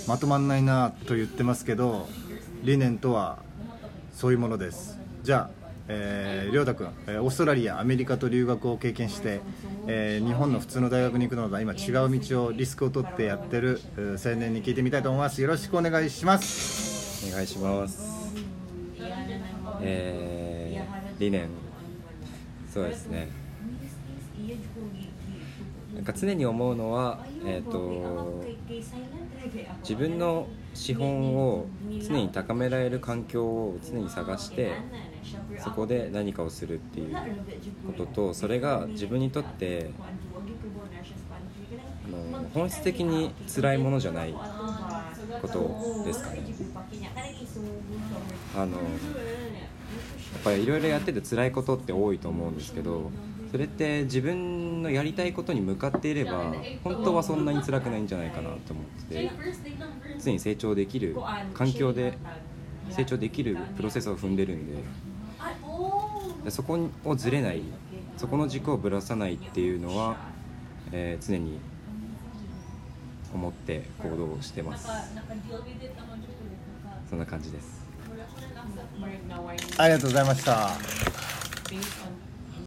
まとまんないなと言ってますけど、理念とはそういうものです。じゃあ、亮太君、オーストラリア、アメリカと留学を経験して、日本の普通の大学に行くのとは今違う道をリスクを取ってやってる青年に聞いてみたいと思います。よろしくお願いします。 お願いします。理念、そうですね、なんか常に思うのは、自分の資本を常に高められる環境を常に探してそこで何かをするっていうことと、それが自分にとって本質的に辛いものじゃないことですかね。やっぱりいろいろやってて辛いことって多いと思うんですけど、それって自分のやりたいことに向かっていれば本当はそんなに辛くないんじゃないかなと思ってて、常に成長できる環境で成長できるプロセスを踏んでるんで、そこをずれない、そこの軸をぶらさないっていうのは、常に思って行動してます。そんな感じです。 ありがとうございました。